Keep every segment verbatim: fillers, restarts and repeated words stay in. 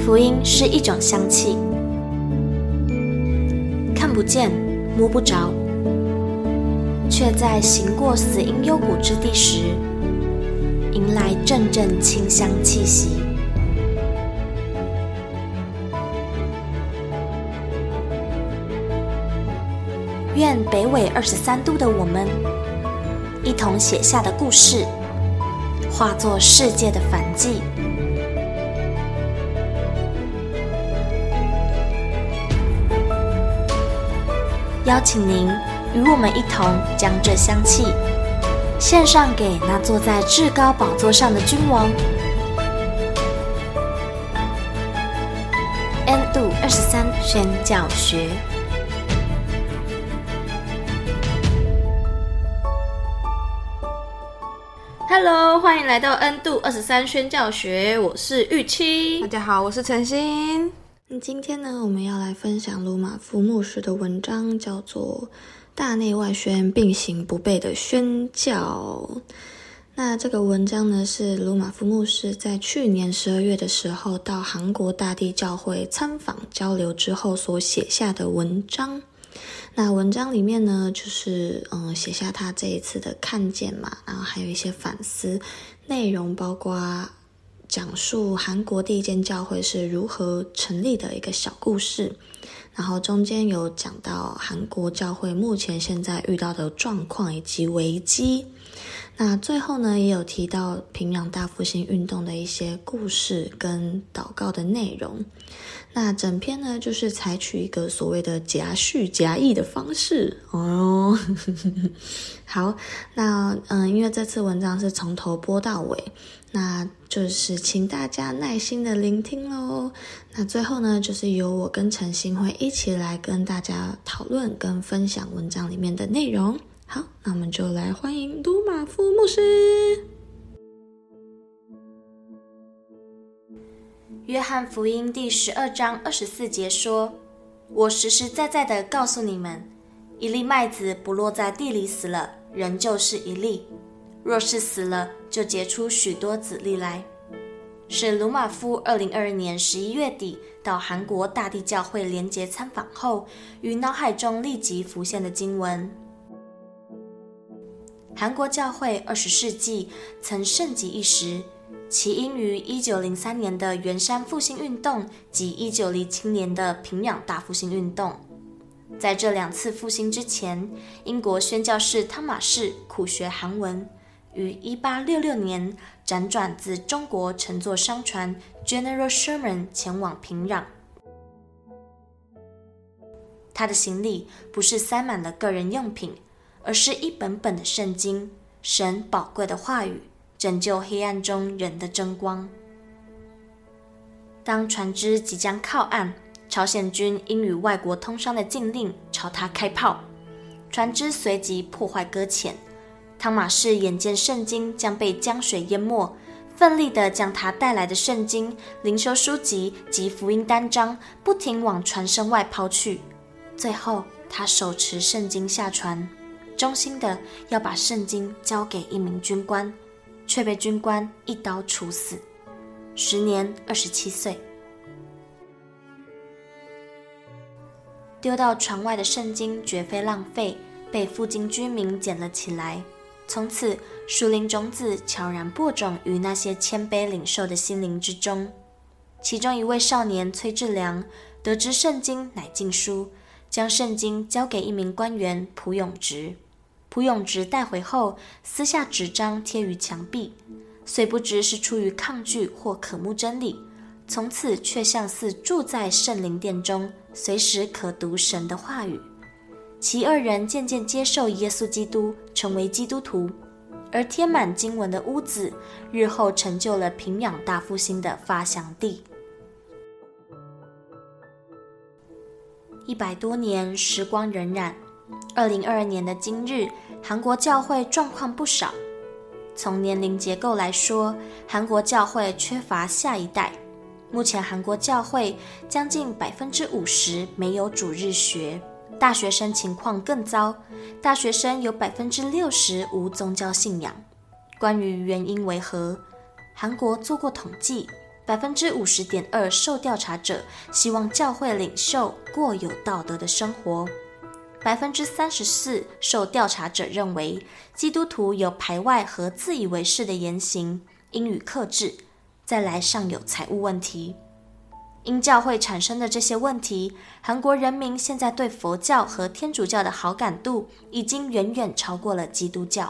福音是一种香气，看不见摸不着，却在行过死荫幽谷之地时，迎来阵阵清香气息。愿北纬二十三度的我们，一同写下的故事，化作世界的反季。邀请您与我们一同将这香气献上给那坐在至高宝座上的君王。N 度二十三宣教学。Hello， 欢迎来到 N 度二十三宣教学，我是玉清。 大家好，我是陈欣。 今天呢，我们要来分享鲁马夫牧师的文章，叫做大内外宣并行不悖的宣教。那这个文章呢，是鲁马夫牧师在去年十二月的时候到韩国大地教会参访交流之后所写下的文章。那文章里面呢，就是嗯写下他这一次的看见嘛，然后还有一些反思内容，包括讲述韩国第一间教会是如何成立的一个小故事，然后中间有讲到韩国教会目前现在遇到的状况以及危机。那最后呢，也有提到平壤大复兴运动的一些故事跟祷告的内容。那整篇呢，就是采取一个所谓的夹叙夹议的方式哦。好，那嗯，因为这次文章是从头播到尾，那就是请大家耐心的聆听咯。那最后呢，就是由我跟陈欣会一起来跟大家讨论跟分享文章里面的内容。好，那我们就来欢迎鲁马夫牧师。约翰福音第十二章二十四节说，我实实在在的告诉你们，一粒麦子不落在地里死了，仍旧是一粒；若是死了，就结出许多子粒来。是鲁马夫二零二二年十一月底到韩国大地教会联结参访后，于脑海中立即浮现的经文。韩国教会二十世纪曾盛极一时，起因于一九零三年的圆山复兴运动及一九零七年的平壤大复兴运动。在这两次复兴之前，英国宣教士汤马士苦学韩文，于一八六六年辗转自中国乘坐商船 General Sherman 前往平壤。他的行李不是塞满了个人用品，而是一本本的圣经，神宝贵的话语，拯救黑暗中人的真光。当船只即将靠岸，朝鲜军因与外国通商的禁令朝他开炮，船只随即破坏搁浅。汤马士眼见圣经将被江水淹没，奋力地将他带来的圣经、灵修书籍及福音单张不停往船身外抛去。最后他手持圣经下船，忠心的要把圣经交给一名军官，却被军官一刀处死，时年二十七岁。丢到船外的圣经绝非浪费，被附近居民捡了起来。从此，属灵种子悄然播种于那些谦卑领受的心灵之中。其中一位少年崔志良得知圣经乃禁书，将圣经交给一名官员蒲永直。蒲永直带回后，撕下纸张贴于墙壁，虽不知是出于抗拒或渴慕真理，从此却像似住在圣灵殿中，随时可读神的话语。其二人渐渐接受耶稣基督，成为基督徒，而贴满经文的屋子，日后成就了平壤大复兴的发祥地。一百多年，时光荏苒。二零二二年的今日，韩国教会状况不少。从年龄结构来说，韩国教会缺乏下一代。目前韩国教会将近百分之五十没有主日学，大学生情况更糟，大学生有百分之六十无宗教信仰。关于原因为何，韩国做过统计， 百分之五十点二受调查者希望教会领袖过有道德的生活，百分之三十四受调查者认为基督徒有排外和自以为是的言行，应予克制。再来尚有财务问题。因教会产生的这些问题，韩国人民现在对佛教和天主教的好感度已经远远超过了基督教。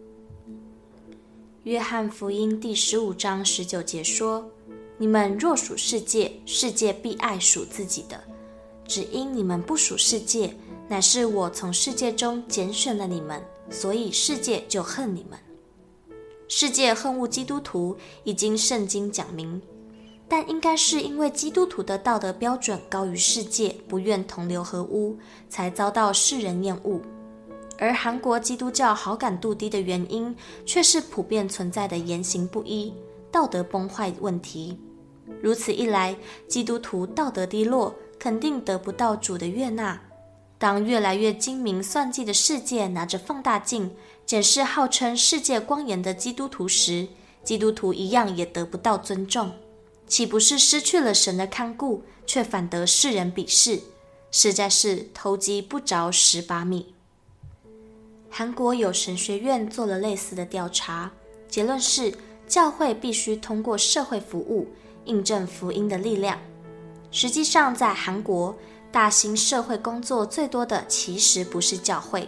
约翰福音第十五章十九节说，你们若属世界，世界必爱属自己的。只因你们不属世界，乃是我从世界中拣选了你们，所以世界就恨你们。世界恨恶基督徒，已经圣经讲明，但应该是因为基督徒的道德标准高于世界，不愿同流合污，才遭到世人厌恶。而韩国基督教好感度低的原因，却是普遍存在的言行不一、道德崩坏问题。如此一来，基督徒道德低落，肯定得不到主的悦纳。当越来越精明算计的世界拿着放大镜检视号称世界光颜的基督徒时，基督徒一样也得不到尊重，岂不是失去了神的看顾，却反得世人鄙视？实在是偷鸡不着蚀把米。韩国有神学院做了类似的调查，结论是教会必须通过社会服务印证福音的力量。实际上在韩国，大型社会工作最多的其实不是教会。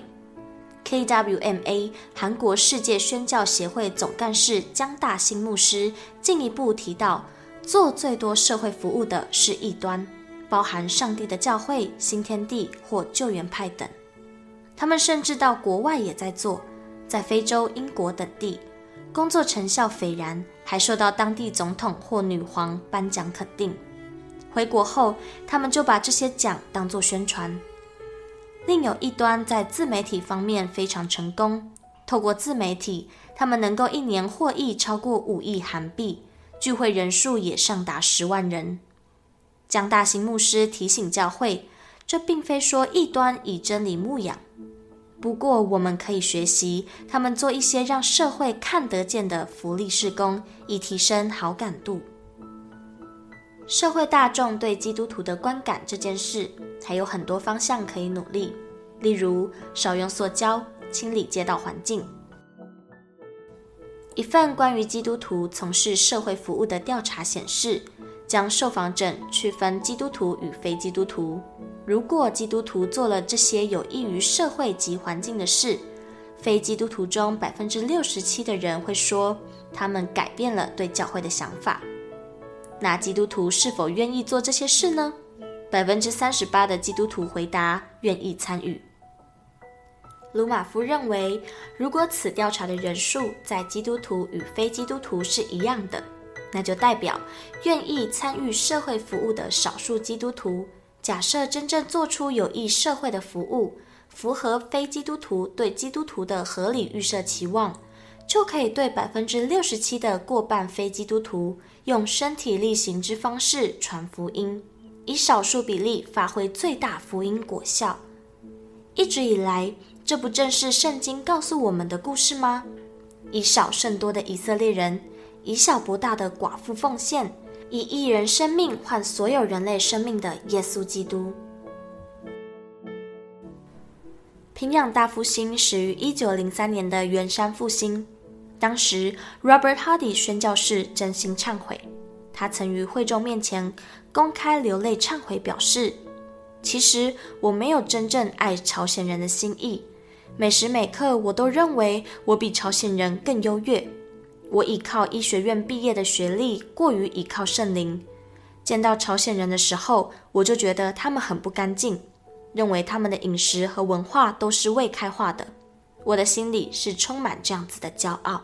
K W M A 韩国世界宣教协会总干事姜大新牧师进一步提到，做最多社会服务的是异端，包含上帝的教会、新天地或救援派等。他们甚至到国外也在做，在非洲、英国等地，工作成效斐然，还受到当地总统或女皇颁奖肯定。回国后，他们就把这些奖当作宣传。另有一端在自媒体方面非常成功，透过自媒体，他们能够一年获益超过五亿韩币，聚会人数也上达十万人。姜大新牧师提醒教会，这并非说异端以真理牧养，不过我们可以学习他们做一些让社会看得见的福利事工，以提升好感度。社会大众对基督徒的观感这件事，还有很多方向可以努力，例如少用塑胶，清理街道环境。一份关于基督徒从事社会服务的调查显示，将受访者区分基督徒与非基督徒。如果基督徒做了这些有益于社会及环境的事，非基督徒中 百分之六十七 的人会说他们改变了对教会的想法。那基督徒是否愿意做这些事呢？ 百分之三十八 的基督徒回答愿意参与。鲁马夫认为，如果此调查的人数在基督徒与非基督徒是一样的，那就代表愿意参与社会服务的少数基督徒，假设真正做出有益社会的服务，符合非基督徒对基督徒的合理预设期望，就可以对 百分之六十七 的过半非基督徒用身体力行之方式传福音，以少数比例发挥最大福音果效。一直以来，这不正是圣经告诉我们的故事吗？以少胜多的以色列人，以小博大的寡妇奉献，以一人生命换所有人类生命的耶稣基督。平壤大复兴始于一九零三年的圆山复兴，当时 Robert Hardy 宣教士真心忏悔，他曾于会众面前公开流泪忏悔，表示，其实我没有真正爱朝鲜人的心意，每时每刻我都认为我比朝鲜人更优越，我依靠医学院毕业的学历过于依靠圣灵，见到朝鲜人的时候，我就觉得他们很不干净，认为他们的饮食和文化都是未开化的，我的心里是充满这样子的骄傲。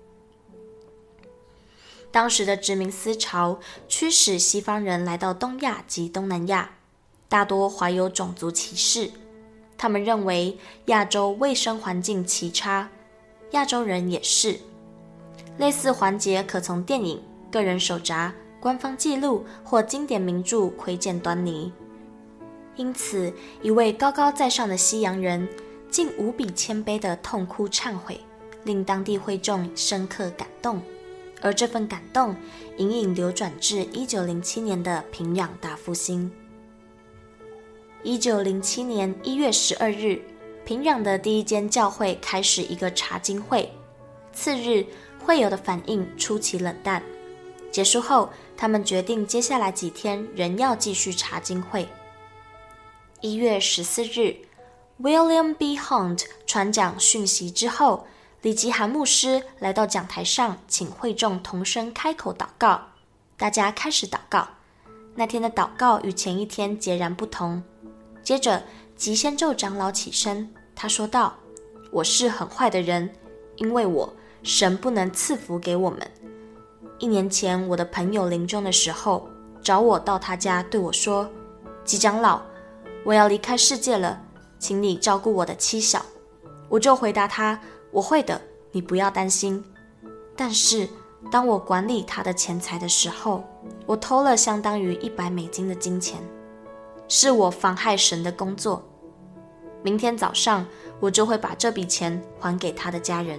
当时的殖民思潮驱使西方人来到东亚及东南亚，大多怀有种族歧视，他们认为亚洲卫生环境奇差，亚洲人也是。类似环节可从电影、个人手札、官方记录或经典名著窥见端倪。因此，一位高高在上的西洋人竟无比谦卑地痛哭忏悔，令当地会众深刻感动， 而这份感动隐隐流转至一九零七年的平壤大复兴。一九零七年一月十二日，平壤的第一间教会开始一个查经会，次日会友的反应出奇冷淡。结束后，他们决定接下来几天仍要继续查经会。一月十四日 William B. Hunt 传讲讯息之后，李吉涵牧师来到讲台上，请会众同声开口祷告。大家开始祷告。那天的祷告与前一天截然不同。接着吉先胄长老起身，他说道：我是很坏的人，因为我神不能赐福给我们。一年前我的朋友临终的时候，找我到他家对我说：吉长老，我要离开世界了，请你照顾我的妻小。我就回答他：我会的，你不要担心。但是当我管理他的钱财的时候，我偷了相当于一百美金的金钱，是我妨害神的工作。明天早上我就会把这笔钱还给他的家人。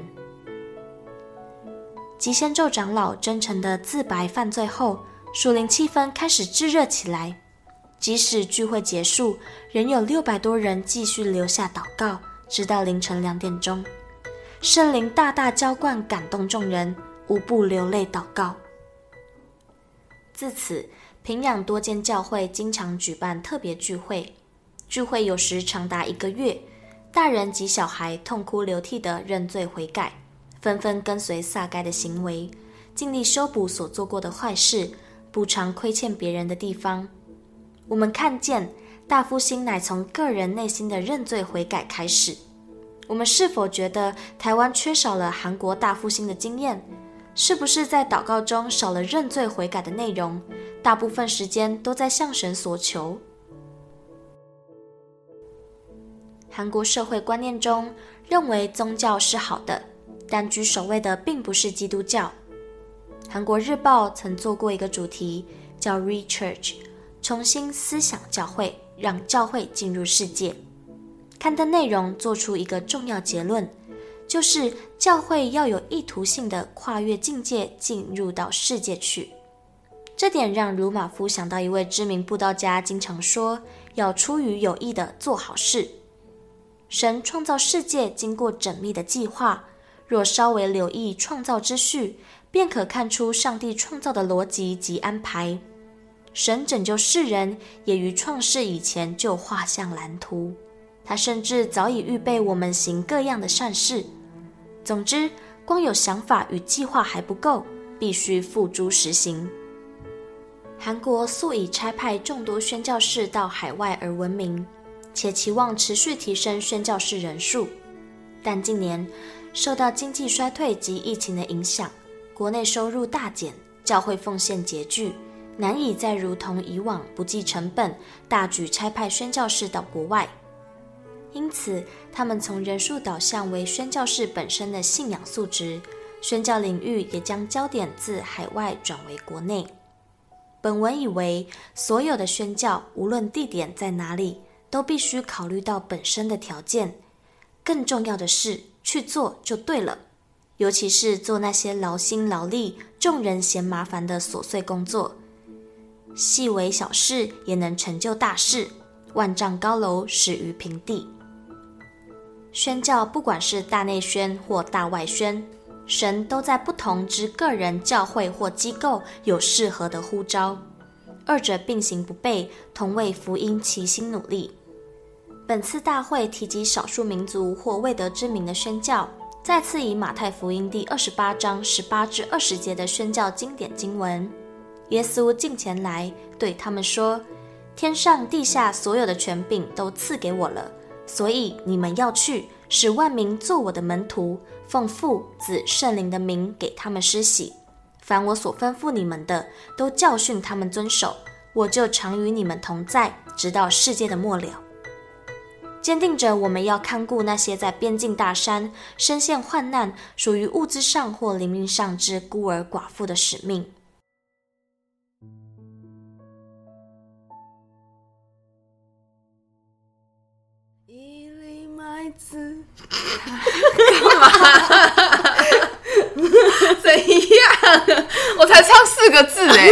吉先胄长老真诚的自白犯罪后，属灵气氛开始炙热起来。即使聚会结束，仍有六百多人继续留下祷告，直到凌晨两点钟。圣灵大大浇灌，感动众人，无不流泪祷告。自此，平壤多间教会经常举办特别聚会，聚会有时长达一个月，大人及小孩痛哭流涕地认罪悔改，纷纷跟随撒该的行为，尽力修补所做过的坏事，补偿亏欠别人的地方。我们看见大复兴乃从个人内心的认罪悔改开始。我们是否觉得台湾缺少了韩国大复兴的经验？是不是在祷告中少了认罪悔改的内容？大部分时间都在向神所求。韩国社会观念中认为宗教是好的，但居首位的并不是基督教。韩国日报曾做过一个主题，叫 Rechurch， 重新思想教会，让教会进入世界。刊登内容做出一个重要结论，就是教会要有意图性的跨越境界，进入到世界去。这点让鲁马夫想到一位知名布道家经常说，要出于有意的做好事。神创造世界经过缜密的计划，若稍微留意创造之序，便可看出上帝创造的逻辑及安排。神拯救世人也于创世以前就画向蓝图，他甚至早已预备我们行各样的善事。总之，光有想法与计划还不够，必须付诸实行。韩国素以差派众多宣教士到海外而闻名，且期望持续提升宣教士人数。但近年受到经济衰退及疫情的影响，国内收入大减，教会奉献拮据，难以再如同以往不计成本大举差派宣教士到国外。因此，他们从人数导向为宣教士本身的信仰素质，宣教领域也将焦点自海外转为国内。本文以为，所有的宣教，无论地点在哪里，都必须考虑到本身的条件。更重要的是，去做就对了，尤其是做那些劳心劳力、众人嫌麻烦的琐碎工作。细微小事也能成就大事，万丈高楼始于平地。宣教不管是大内宣或大外宣，神都在不同之个人、教会或机构有适合的呼召，二者并行不悖，同为福音齐心努力。本次大会提及少数民族或未得之名的宣教，再次以马太福音第二十八章十八至二十节的宣教经典经文。耶稣近前来对他们说：天上地下所有的权柄都赐给我了，所以你们要去，使万民做我的门徒，奉父子圣灵的名给他们施洗。凡我所吩咐你们的，都教训他们遵守，我就常与你们同在，直到世界的末了。坚定着我们要看顾那些在边境大山深陷患难，属于物资上或灵命上之孤儿寡妇的使命。 一粒麦子干嘛？怎样才唱四个字哎，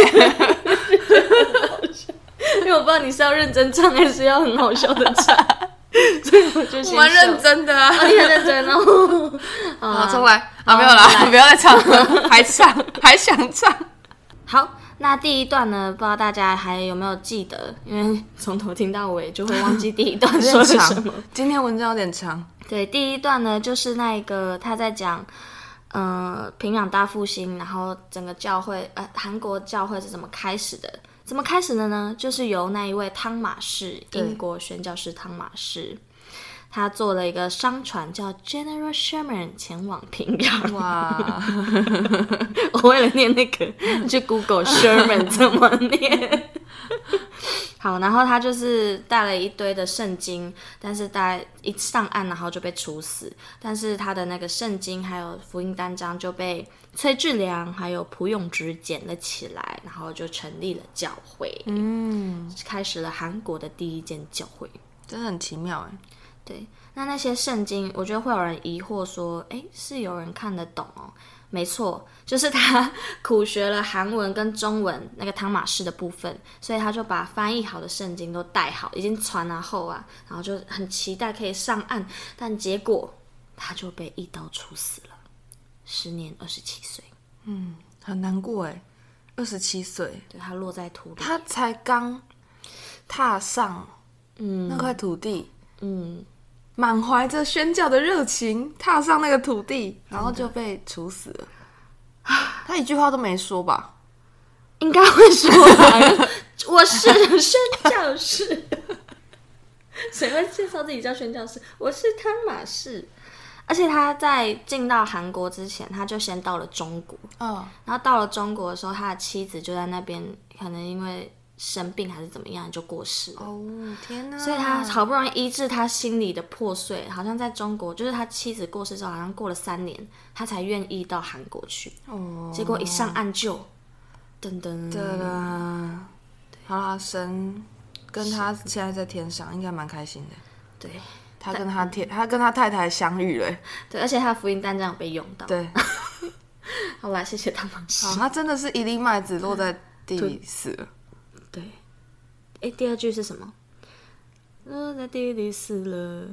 因为我不知道你是要认真唱还是要很好笑的唱，所以我就先蛮认真的啊。 哦，你很认真哦。 好，重来啊，没有啦，不要再唱了，还唱，还想唱。 好，那第一段呢，不知道大家还有没有记得？因为从头听到尾就会忘记第一段说了什么。 今天文章有点长。 对，第一段呢，就是那个他在讲，呃，平壤大复兴，然后整个教会，呃，韩国教会是怎么开始的？怎么开始的呢？就是由那一位汤马士，英国宣教士汤马士，他坐了一个商船叫 General Sherman 前往平壤。 哇！ 我为了念那个去 Google Sherman 怎么念。好，然后他就是带了一堆的圣经，但是带一上岸然后就被处死，但是他的那个圣经还有福音单章就被崔志良还有朴永植捡了起来，然后就成立了教会，嗯，开始了韩国的第一间教会， 真的很奇妙哎。 对，那那些圣经，我觉得会有人疑惑说，哎，是有人看得懂哦？没错，就是他苦学了韩文跟中文那个汤马士的部分，所以他就把翻译好的圣经都带好，已经传了后啊，然后就很期待可以上岸，但结果他就被一刀处死了，时年二十七岁。 嗯，很难过哎，二十七岁， 对，他落在土里， 他才刚踏上嗯那块土地，嗯。满怀着宣教的热情踏上那个土地，然后就被处死了。他一句话都没说吧？ 应该会说吧。我是宣教士。谁会介绍自己叫宣教士？我是汤马士。而且他在进到韩国之前，他就先到了中国。哦。然后到了中国的时候，他的妻子就在那边，可能因为生病还是怎么样就过世了。 哦，天哪！ 所以他好不容易医治他心里的破碎，好像在中国，就是他妻子过世之后，好像过了三年，他才愿意到韩国去。哦，结果一上岸就，噔噔， 对啦，好啦，神跟他现在在天上，应该蛮开心的。 对， 他跟他天，他跟他太太相遇了。 对，而且他的福音单这样被用到。 对， 好啦，谢谢他们。 好，他真的是一粒麦子落在地里死了。 对，哎，第二句是什么？落在地里死了。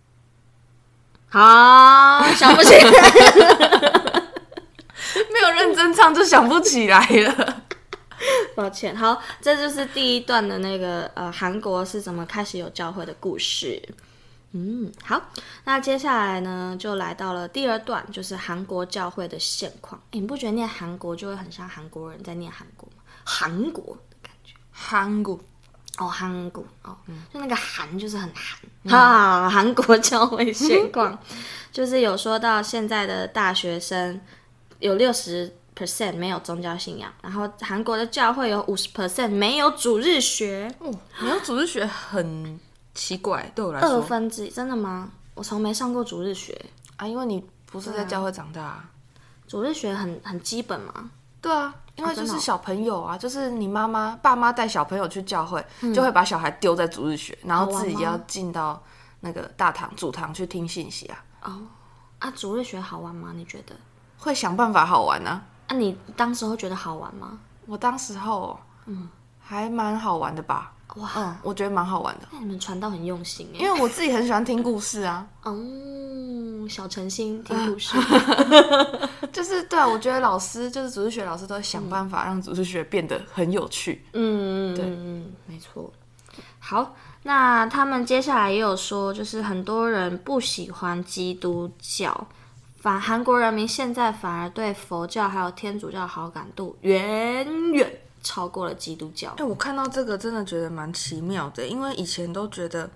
好，想不起来， 没有认真唱就想不起来了。 抱歉。好，这就是第一段的那个呃，韩国是怎么开始有教会的故事。嗯，好，那接下来呢，就来到了第二段，就是韩国教会的现况。你不觉得念韩国就会很像韩国人在念韩国吗？韩国。 韩国哦，韩国哦，嗯、就那个韩就是很韩啊，韩、嗯、国教会现况就是有说到现在的大学生有六十 percent 没有宗教信仰，然后韩国的教会有五十 percent 没有主日学。 哦，没有主日学很奇怪，对我来说。 二分之一，真的吗？我从没上过主日学啊，因为你不是在教会长大、啊。 主日学很很基本嘛。 对啊。因为就是小朋友啊，就是你妈妈、爸妈带小朋友去教会，嗯、就会把小孩丢在主日学，然后自己要进到那个大堂、主堂去听信息啊。 哦，啊，主日学好玩吗？你觉得？ 会想办法好玩啊。 啊，你当时候觉得好玩吗？ 我当时候，嗯，还蛮好玩的吧。哇，嗯，我觉得蛮好玩的。 那你们传道很用心耶， 因为我自己很喜欢听故事啊。 哦，小诚心听故事， 就是对啊，我觉得老师就是主日学老师都会想办法让主日学变得很有趣。 嗯，对，嗯，没错。好，那他们接下来也有说，就是很多人不喜欢基督教，反韩国人民现在反而对佛教还有天主教好感度远远超过了基督教。 哎、欸，我看到这个真的觉得蛮奇妙的，因为以前都觉得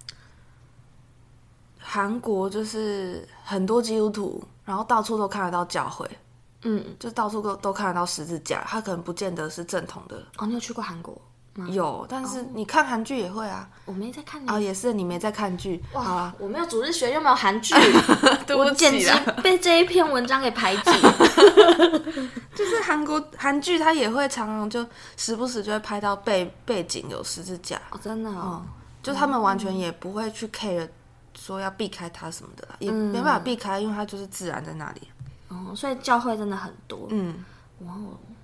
韩国就是很多基督徒，然后到处都看得到教会，嗯，就到处都都看得到十字架，他可能不见得是正统的。 哦，你有去过韩国吗？ 有，但是你看韩剧也会啊。 我没在看。 啊、哦，也是你没在看剧。 哇，好啊，我没有主日学，又没有韩剧， 对不起啦， 我简直被这一篇文章给排挤。 就是韩国韩剧，它也会常常就时不时就会拍到背背景有十字架。 哦，真的哦， 嗯、就他们完全也不会去 care 说要避开它什么的啦，也没办法避开，因为它就是自然在那里。 哦，所以教会真的很多。 嗯， 哇哦。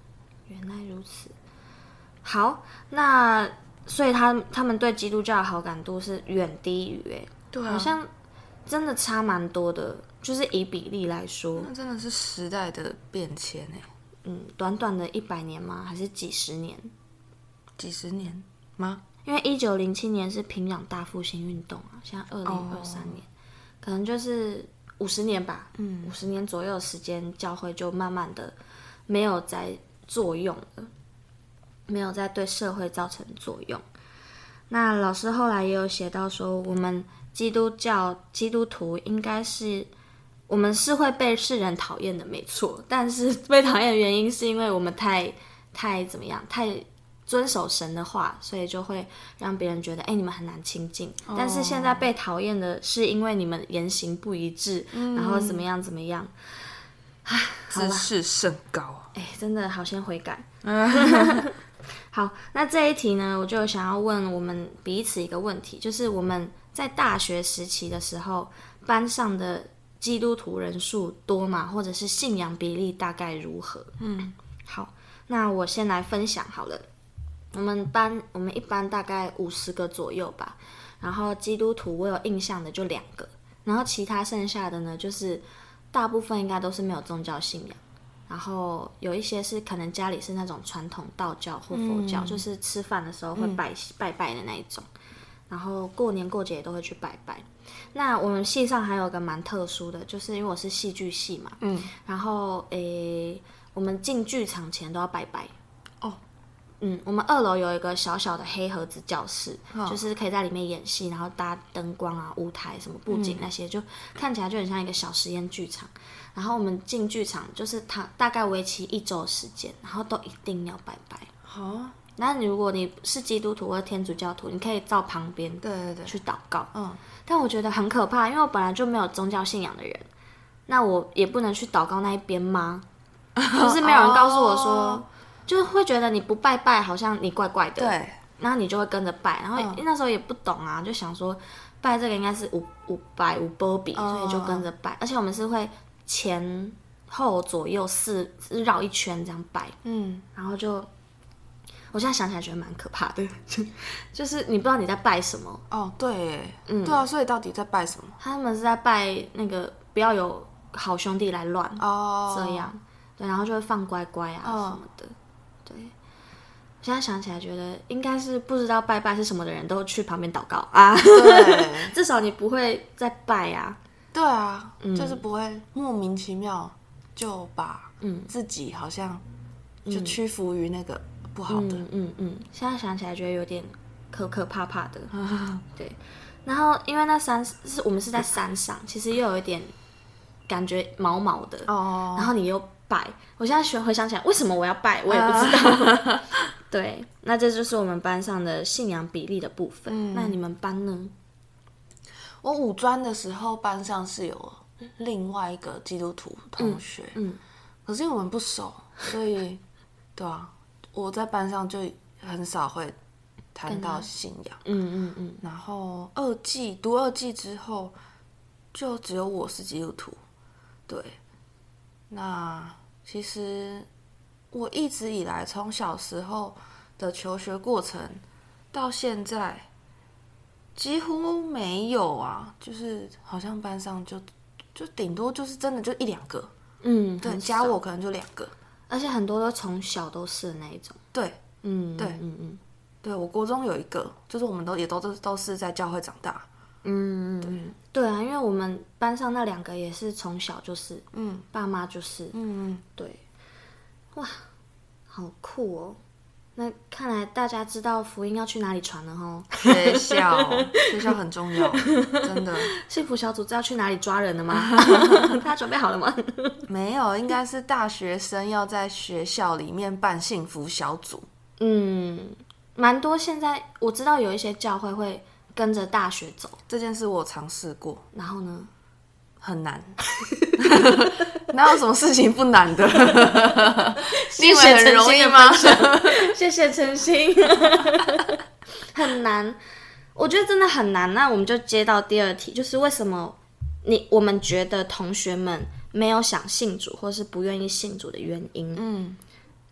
原来如此。好，那所以他他们对基督教的好感度是远低于哎， 对啊， 好像真的差蛮多的，就是以比例来说， 那真的是时代的变迁哎。 嗯，短短的一百年吗？还是几十年？ 几十年吗？ 因为一九零七年是平壤大复兴运动啊，现在二零二三年，哦、可能就是五十年吧，嗯，五十年左右的时间，教会就慢慢的没有在作用了，没有在对社会造成作用。那老师后来也有写到说，我们基督教基督徒应该是。我们是会被世人讨厌的，没错。但是被讨厌的原因是因为我们太太怎么样，太遵守神的话，所以就会让别人觉得，哎、欸，你们很难亲近。哦、但是现在被讨厌的是因为你们言行不一致，嗯、然后怎么样怎么样。唉， 知识甚高。 哎、欸，真的好，先悔改。好，那这一题呢，我就想要问我们彼此一个问题，就是我们在大学时期的时候，班上的基督徒人数多吗？或者是信仰比例大概如何？嗯，好，那我先来分享好了。我们班我们一班大概五十个左右吧，然后基督徒我有印象的就两个，然后其他剩下的呢，就是大部分应该都是没有宗教信仰，然后有一些是可能家里是那种传统道教或佛教，嗯、就是吃饭的时候会拜、嗯、拜拜的那一种，然后过年过节也都会去拜拜。那我们系上还有个蛮特殊的，就是因为我是戏剧系嘛，嗯，然后诶，我们进剧场前都要拜拜哦，嗯，我们二楼有一个小小的黑盒子教室，哦、就是可以在里面演戏，然后搭灯光啊、舞台什么布景那些，嗯、就看起来就很像一个小实验剧场。然后我们进剧场就是它大概为期一周的时间，然后都一定要拜拜。好、哦。那你如果你是基督徒或天主教徒，你可以到旁边对对对去祷告。嗯，但我觉得很可怕，因为我本来就没有宗教信仰的人，那我也不能去祷告那一边吗？就是没有人告诉我说，哦、就会觉得你不拜拜好像你怪怪的，对，然后你就会跟着拜，然后那时候也不懂啊，就想说拜这个应该是五五拜五波比，所以就跟着拜，而且我们是会前后左右四绕一圈这样拜，嗯，然后就。我现在想起来觉得蛮可怕的，就是你不知道你在拜什么哦，对耶，嗯，对啊，所以到底在拜什么？ 他们是在拜那个不要有好兄弟来乱哦，这样对，然后就会放乖乖啊、哦、什么的，对。我现在想起来觉得应该是不知道拜拜是什么的人都去旁边祷告啊，对，至少你不会再拜啊， 对啊，嗯、就是不会莫名其妙就把自己好像就屈服于那个。嗯不好的， 嗯嗯嗯，现在想起来觉得有点可可怕怕的，对。然后因为那山是我们是在山上，其实又有一点感觉毛毛的哦。然后你又拜，我现在学回想起来，为什么我要拜，我也不知道。啊、对，那这就是我们班上的信仰比例的部分。嗯、那你们班呢？ 我五专的时候，班上是有另外一个基督徒同学，嗯，嗯可是因为我们不熟，所以对啊。我在班上就很少会谈到信仰，嗯嗯嗯。然后二季读二季之后，就只有我是基督徒，对。那其实我一直以来从小时候的求学过程到现在，几乎没有啊，就是好像班上就就顶多就是真的就一两个，嗯，对，加我可能就两个。 而且很多都从小都是的那一种， 对，嗯，对，嗯嗯，对我国中有一个，就是我们都也都都是在教会长大， 嗯，对，对啊，因为我们班上那两个也是从小就是，嗯，爸妈就是，嗯嗯，对，哇，好酷哦！那看来大家知道福音要去哪里传了齁？ 学校，学校很重要，真的。 幸福小组知道去哪里抓人了吗？他准备好了吗？ 没有，应该是大学生要在学校里面办幸福小组。 嗯，蛮多。现在我知道有一些教会会跟着大学走， 这件事我尝试过。 然后呢？ 很难。哪有什么事情不难的？ 你以为很容易吗？谢谢陈星。很难，我觉得真的很难。那我们就接到第二题，就是为什么你我们觉得同学们没有想信主或是不愿意信主的原因。嗯，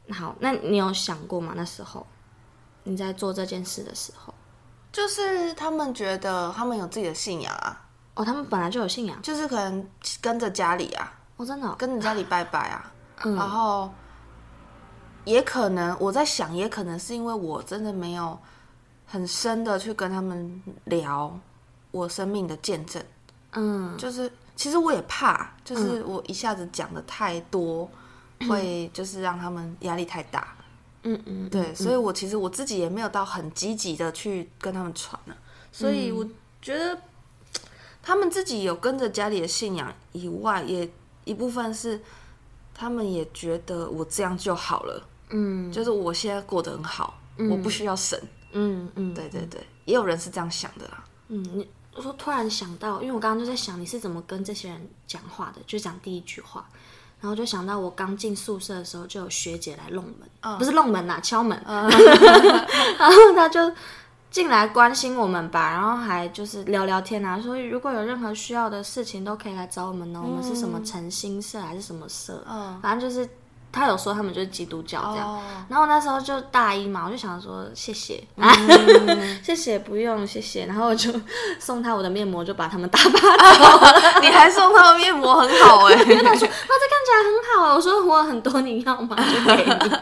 好，那你有想过吗？那时候你在做这件事的时候， 就是他们觉得他们有自己的信仰啊。 哦，他们本来就有信仰， 就是可能跟着家里啊， 哦，真的、哦、 跟着家里拜拜啊， 嗯、 然后也可能我在想，也可能是因为我真的没有很深的去跟他们聊我生命的见证， 嗯， 就是其实我也怕，就是我一下子讲的太多，嗯、会就是让他们压力太大， 嗯嗯， 对， 嗯所以我其实我自己也没有到很积极的去跟他们传了，所以我觉得。他们自己有跟着家里的信仰以外，也一部分是他们也觉得我这样就好了，嗯，就是我现在过得很好，嗯、我不需要神，嗯嗯，对对对，也有人是这样想的啦， 嗯，你我说突然想到，因为我刚刚就在想你是怎么跟这些人讲话的，就讲第一句话，然后就想到我刚进宿舍的时候就有学姐来弄门，嗯、不是弄门啦，敲门，嗯、然后他就。进来关心我们吧，然后还就是聊聊天啊，说如果有任何需要的事情都可以来找我们哦。嗯、我们是什么诚心社还是什么社？嗯，反正就是他有说他们就是基督教这样。哦、然后那时候就大一嘛，我就想说谢谢，嗯、谢谢不用谢谢，然后我就送他我的面膜，就把他们打发走了。 你还送他们面膜，很好哎、欸。 因为他说哇这看起来很好，我说我很多你要吗？就给你。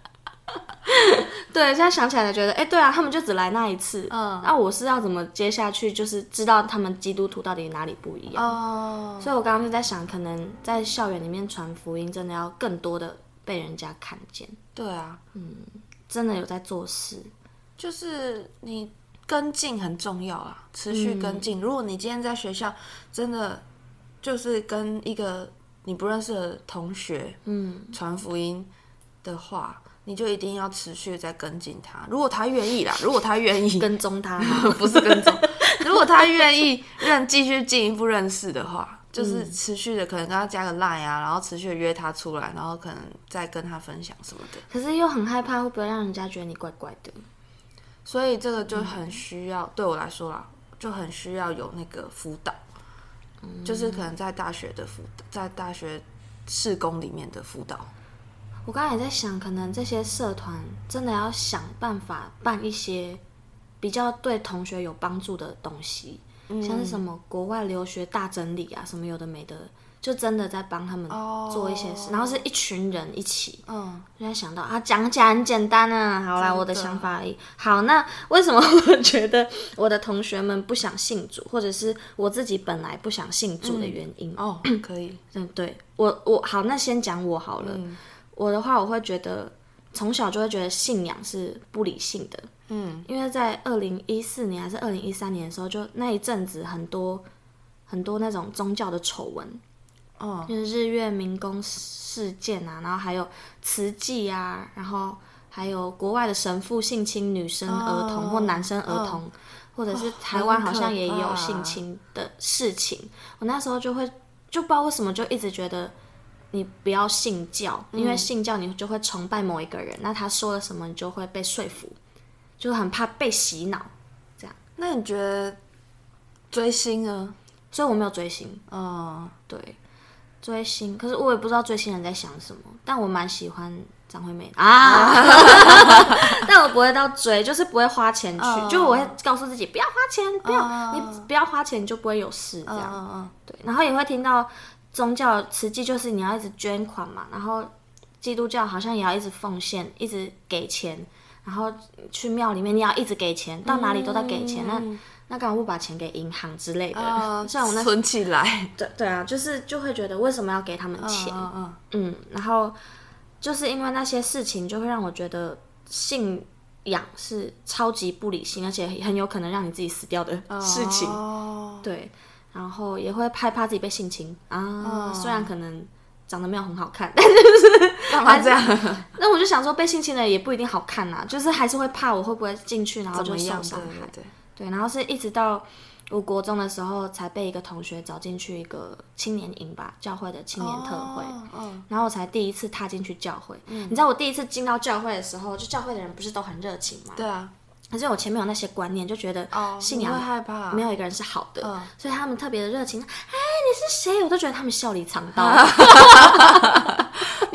对，现在想起来觉得，哎，对啊，他们就只来那一次，嗯，那、啊、我是要怎么接下去，就是知道他们基督徒到底哪里不一样，哦，所以我刚刚就在想，可能在校园里面传福音，真的要更多的被人家看见。 对啊， 嗯，真的有在做事， 就是你跟进很重要啊，持续跟进。嗯、如果你今天在学校真的就是跟一个你不认识的同学，嗯，传福音的话。你就一定要持续在跟进他，如果他愿意啦，如果他愿意跟踪他， 不是跟踪，如果他愿意认继续进一步认识的话，就是持续的可能跟他加个 line 啊，然后持续的约他出来，然后可能再跟他分享什么的。 可是又很害怕会不会让人家觉得你怪怪的， 所以这个就很需要，嗯、对我来说啦，就很需要有那个辅导，嗯、就是可能在大学的辅导，在大学事工里面的辅导。 我刚才也在想，可能这些社团真的要想办法办一些比较对同学有帮助的东西，嗯、像是什么国外留学大整理啊，什么有的没的，就真的在帮他们做一些事，哦、然后是一群人一起。嗯，就在想到啊，讲起来很简单啊，好啦，我的想法而已。好，那为什么我觉得我的同学们不想信主，或者是我自己本来不想信主的原因？ 嗯、哦，可以。 嗯，对我我好，那先讲我好了。嗯我的话，我会觉得从小就会觉得信仰是不理性的，嗯，因为在二零一四年还是二零一三年的时候，就那一阵子很多很多那种宗教的丑闻，哦，就是日月民工事件啊，然后还有慈济啊，然后还有国外的神父性侵女生儿童、哦、或男生儿童，哦、或者是台湾好像也有性侵的事情，哦、我那时候就会就不知道为什么就一直觉得。你不要信教，因为信教你就会崇拜某一个人，嗯、那他说了什么你就会被说服，就很怕被洗脑，这样。 那你觉得追星呢？ 所以我没有追星，嗯，对，追星，可是我也不知道追星人在想什么，但我蛮喜欢张惠妹的啊，但我不会到追，就是不会花钱去，嗯、就我会告诉自己不要花钱，不要、嗯、你不要花钱，你就不会有事这样，嗯嗯、对，然后也会听到。宗教慈济就是你要一直捐款嘛，然后基督教好像也要一直奉献，一直给钱，然后去庙里面你要一直给钱，到哪里都在给钱，嗯、那那干嘛不把钱给银行之类的？ 呃、虽然我那存起来， 对对啊，就是就会觉得为什么要给他们钱？嗯, 嗯, 嗯然后就是因为那些事情，就会让我觉得信仰是超级不理性，而且很有可能让你自己死掉的事情。哦、对。然后也会害怕自己被性侵啊，哦、虽然可能长得没有很好看，但就是干嘛这样？ 那我就想说，被性侵的也不一定好看啊，就是还是会怕我会不会进去，然后就受伤害。对, 对, 对，然后是一直到我国中的时候，才被一个同学找进去一个青年营吧，教会的青年特会，哦、然后我才第一次踏进去教会。嗯、你知道我第一次进到教会的时候，就教会的人不是都很热情吗？ 对啊。 可是我前面有那些观念，就觉得信仰没有一个人是好的，哦、所以他们特别的热情。哎，你是谁？我都觉得他们笑里藏刀。 你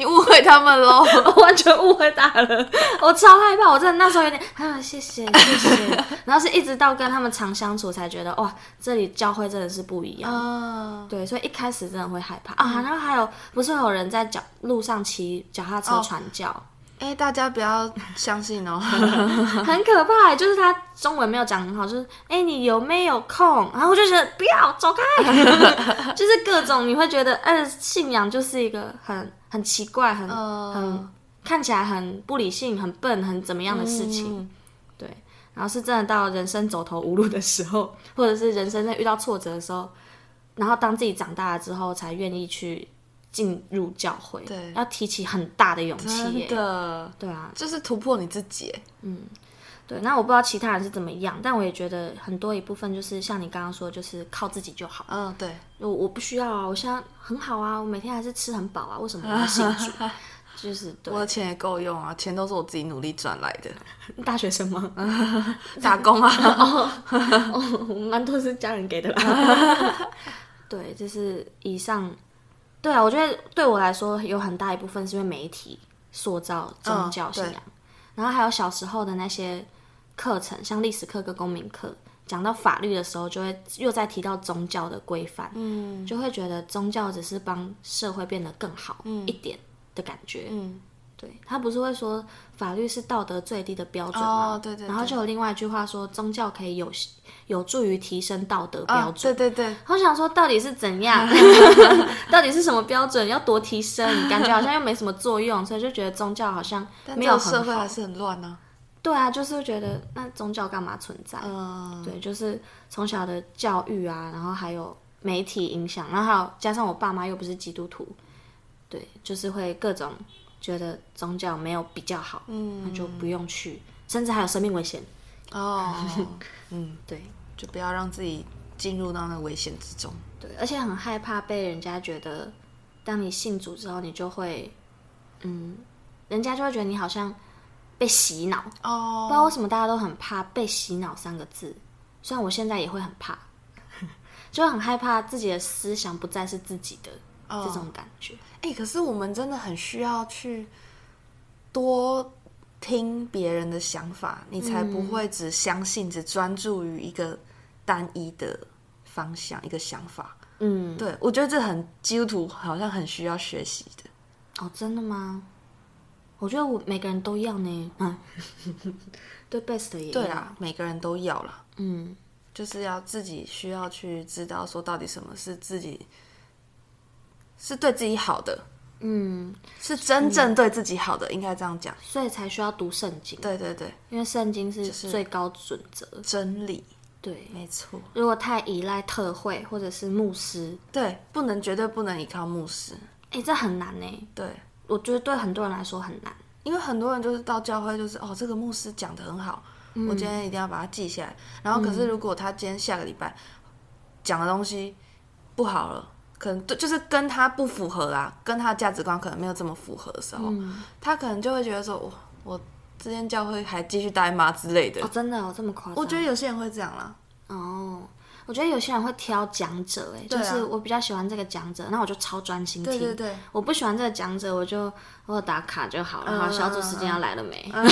你误会他们喽， 我完全误会他了，我超害怕，我真的那时候有点啊，谢谢谢谢，然后是一直到跟他们常相处才觉得哇，这里教会真的是不一样， 啊， 对，所以一开始真的会害怕啊。然后还有不是有人在脚路上骑脚踏车传教？ 哎、欸，大家不要相信哦， 很可怕。就是他中文没有讲很好，就是哎、欸，你有没有空？然后我就觉得不要走开，就是各种你会觉得，哎、呃，信仰就是一个很很奇怪、很、呃、很看起来很不理性、很笨、很怎么样的事情。嗯、对，然后是真的到人生走投无路的时候，或者是人生在遇到挫折的时候，然后当自己长大了之后，才愿意去进入教会， 对， 要提起很大的勇气耶， 真的， 对啊， 就是突破你自己， 嗯，对。那我不知道其他人是怎么样，但我也觉得很多一部分就是像你刚刚说，就是靠自己就好。 嗯，对， 我我不需要啊，我现在很好啊，我每天还是吃很饱啊，为什么我要信主？就是对我的钱也够用啊，钱都是我自己努力赚来的。 大学生吗？ 打工啊， 哦，哦，蛮多是家人给的啦。对，就是以上。对啊，我觉得对我来说有很大一部分是因为媒体塑造宗教信仰，嗯、然后还有小时候的那些课程，像历史课跟公民课，讲到法律的时候，就会又再提到宗教的规范，嗯，就会觉得宗教只是帮社会变得更好一点的感觉，嗯，对，他不是会说法律是道德最低的标准吗？ 哦，对 对, 对。 然后就有另外一句话说，宗教可以有有助于提升道德标准。 哦、对对对。 我想说，到底是怎样？到底是什么标准？要多提升？感觉好像又没什么作用，所以就觉得宗教好像没有很好。 但社会还是很乱啊。 对啊，就是会觉得那宗教干嘛存在？嗯，对，就是从小的教育啊，然后还有媒体影响，然后还有加上我爸妈又不是基督徒，对，就是会各种觉得宗教没有比较好，嗯，那就不用去，甚至还有生命危险。 哦，嗯， 对， 就不要让自己进入到那个危险之中。 对，而且很害怕被人家觉得，当你信主之后，你就会，嗯，人家就会觉得你好像被洗脑。哦，不知道为什么大家都很怕被洗脑三个字，虽然我现在也会很怕，就很害怕自己的思想不再是自己的、哦、这种感觉。 哎、欸，可是我们真的很需要去多听别人的想法，你才不会只相信、嗯、只专注于一个单一的方向、一个想法。嗯，对，我觉得这很基督徒好像很需要学习的。 哦，真的吗？我觉得我每个人都要呢。嗯，对 best 也要。 对啦，每个人都要啦。嗯，就是要自己需要去知道说到底什么是自己是对自己好的。嗯，是真正对自己好的，嗯、应该这样讲， 所以才需要读圣经。 对对对， 因为圣经是最高准则， 就是、真理。 对， 没错。 如果太依赖特会或者是牧师， 对，不能绝对不能依靠牧师。 哎、欸，这很难呢。 对， 我觉得对很多人来说很难， 因为很多人就是到教会就是哦，这个牧师讲得很好，嗯、我今天一定要把它记下来。然后可是如果他今天下个礼拜讲的东西不好了。可能就是跟他不符合啦，跟他的价值观可能没有这么符合的时候，嗯、他可能就会觉得说，我我之前教会还继续待吗之类的。 哦，真的有、哦、这么夸张？ 我觉得有些人会这样啦。 哦，我觉得有些人会挑讲者，哎、啊，就是我比较喜欢这个讲者，那我就超专心听。 对对对。我不喜欢这个讲者，我就我打卡就好了。然后、嗯、小组时间要来了没？嗯、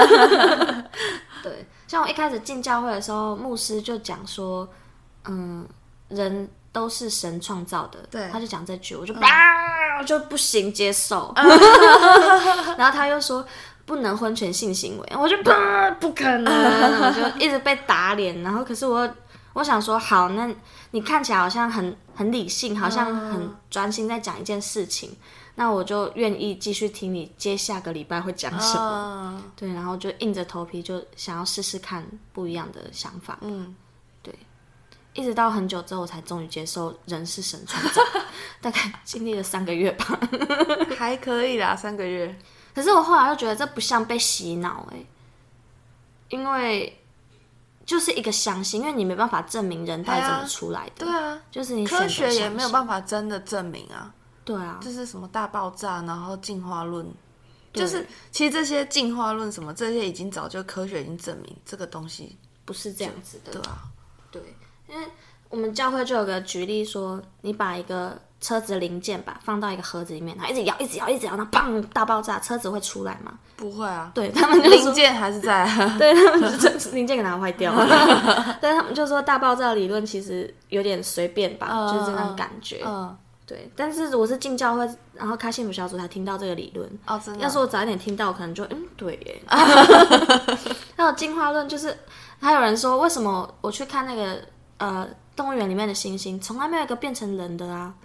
对，像我一开始进教会的时候，牧师就讲说，嗯，人。都是神创造的，对，他就讲这句，我就啊、嗯、就不行接受，然后他又说不能婚前性行为，我就不不可能，我就一直被打脸，然后可是我我想说好，那你看起来好像很很理性，好像很专心在讲一件事情，嗯、那我就愿意继续听你接下个礼拜会讲什么，嗯、对，然后就硬着头皮就想要试试看不一样的想法，嗯。一直到很久之后，我才终于接受人是神创造，大概经历了三个月吧， 还可以啦，三个月。 可是我后来又觉得这不像被洗脑哎、欸，因为就是一个相信，因为你没办法证明人到底怎么出来的， 对啊， 就是你科学也没有办法真的证明啊， 对啊， 就是什么大爆炸，然后进化论，就是其实这些进化论什么这些已经早就科学已经证明这个东西不是这样子的， 对啊， 对。因为我们教会就有个举例说，你把一个车子的零件吧放到一个盒子里面，然后一直摇一直摇一直摇，然后砰大爆炸，车子会出来吗？ 不会啊， 对他们就零件还是在啊。 对他们就零件给拿坏掉了。对他们就说大爆炸理论其实有点随便吧， 嗯、 就是这种感觉。 嗯， 对。但是我是进教会，然后开幸福小组才听到这个理论。 哦，真的。 要是我早一点听到，我可能就嗯对耶。还有进化论，就是还有人说，为什么我去看那个呃动物园里面的猩猩，从来没有一个变成人的啊？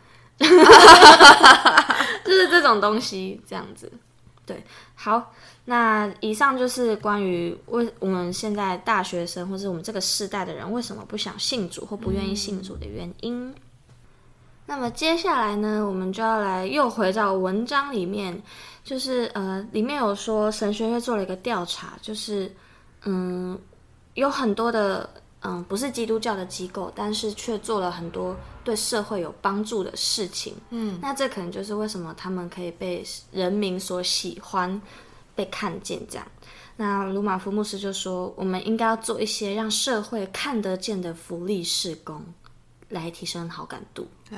就是这种东西，这样子。对，好，那以上就是关于为我们现在大学生或是我们这个世代的人为什么不想信主或不愿意信主的原因。嗯、那么接下来呢，我们就要来又回到文章里面，就是呃，里面有说神学院做了一个调查，就是嗯，有很多的嗯不是基督教的机构，但是却做了很多对社会有帮助的事情。嗯，那这可能就是为什么他们可以被人民所喜欢、被看见这样。那鲁马夫牧师就说，我们应该要做一些让社会看得见的福利事工，来提升好感度。 对，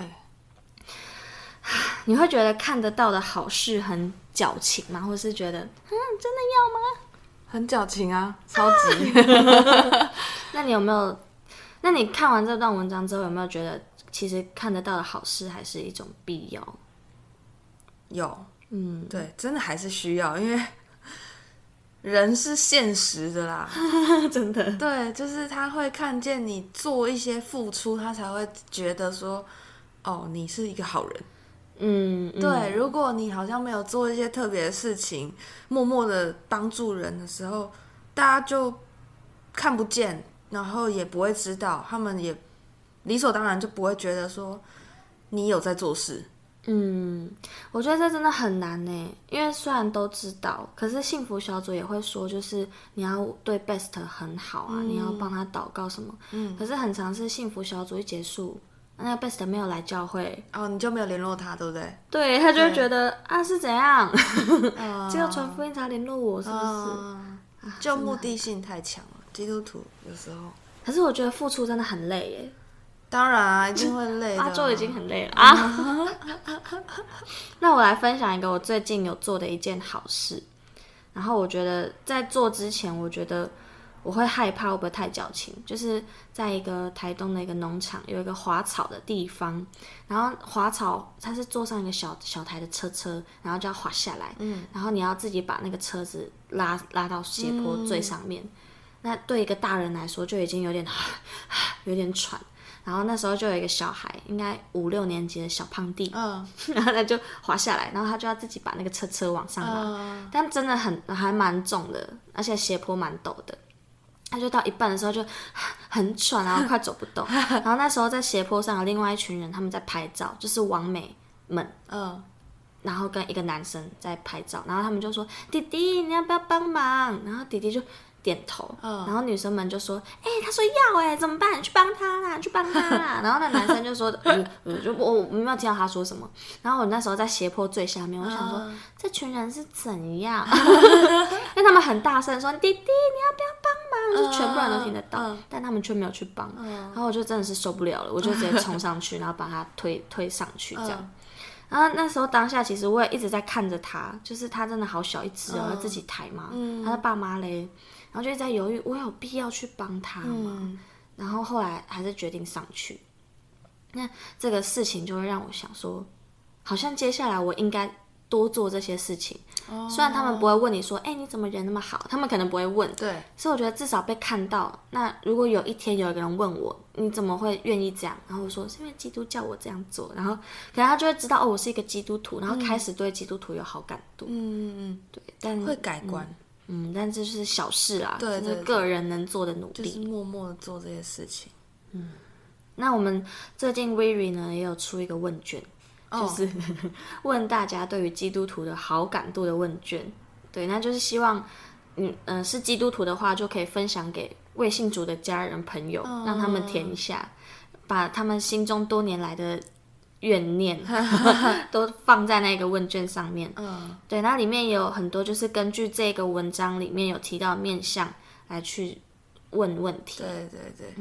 你会觉得看得到的好事很矫情吗？或是觉得嗯真的要吗？ 很矫情啊，超级。 那你有没有？那你看完这段文章之后，有没有觉得其实看得到的好事还是一种必要？ 有， 嗯， 对，真的还是需要，因为人是现实的啦， 真的。 对，就是他会看见你做一些付出，他才会觉得说，哦，你是一个好人。 嗯，嗯对，如果你好像没有做一些特别的事情，默默的帮助人的时候，大家就看不见，然后也不会知道，他们也理所当然就不会觉得说你有在做事。 嗯，我觉得这真的很难呢，因为虽然都知道，可是幸福小组也会说，就是你要对 Best 很好啊，嗯、你要帮他祷告什么。嗯，可是很常是幸福小组一结束，那个 Best 没有来教会， 哦，你就没有联络他，对不对？ 对，他就会觉得啊是怎样，只有传福音才联络我，是不是？ 嗯啊、就目的性太强了，基督徒有时候。 可是我觉得付出真的很累耶。 当然啊，一定会累的、啊。 阿周已经很累了啊。那我来分享一个我最近有做的一件好事。然后我觉得在做之前，我觉得我会害怕会不会太矫情。就是在一个台东的一个农场，有一个滑草的地方，然后滑草它是坐上一个小小台的车车，然后就要滑下来。嗯。然后你要自己把那个车子拉拉到斜坡最上面。嗯、那对一个大人来说，就已经有点有点喘。然后那时候就有一个小孩，应该五六年级的小胖弟，嗯，然后他就滑下来，然后他就要自己把那个车车往上拉，嗯、但真的很还蛮重的，而且斜坡蛮陡的。他就到一半的时候就很喘，然后快走不动。然后那时候在斜坡上有另外一群人，他们在拍照，就是网美们，嗯，然后跟一个男生在拍照，然后他们就说：“弟弟，你要不要帮忙？”然后弟弟就点头，嗯、然后女生们就说：“哎、欸，他说要哎、欸，怎么办？你去帮他啦，你去帮他啦。”然后那男生就说：“嗯嗯，就我我没有听到他说什么。”然后我那时候在斜坡最下面，我想说、嗯、这群人是怎样？因为他们很大声说：“弟弟，你要不要帮忙？”就全部人都听得到，嗯、但他们却没有去帮。嗯、然后我就真的是受不了了，我就直接冲上去，然后把他推推上去这样。嗯然后那时候当下其实我也一直在看着他，就是他真的好小一只哦，要、嗯、自己抬嘛，嗯、他的爸妈嘞，然后就一直在犹豫，我有必要去帮他吗？嗯、然后后来还是决定上去。那这个事情就会让我想说，好像接下来我应该多做这些事情。哦、虽然他们不会问你说，哎、欸，你怎么人那么好？他们可能不会问。对。所以我觉得至少被看到。那如果有一天有一个人问我，你怎么会愿意这样？然后我说是因为基督叫我这样做，然后可能他就会知道哦，我是一个基督徒，然后开始对基督徒有好感度。嗯嗯嗯，对，但会改观。 嗯，嗯但这就是小事啊， 对对对， 就是个人能做的努力， 就是默默的做这些事情。 嗯，那我们最近 Riri 呢也有出一个问卷，就是、oh. 问大家对于基督徒的好感度的问卷。对，那就是希望，嗯呃，是基督徒的话，就可以分享给未信主的家人朋友，嗯、让他们填一下，把他们心中多年来的怨念都放在那个问卷上面。嗯，对，那里面也有很多就是根据这个文章里面有提到面向来去问问题。 对对对， 嗯，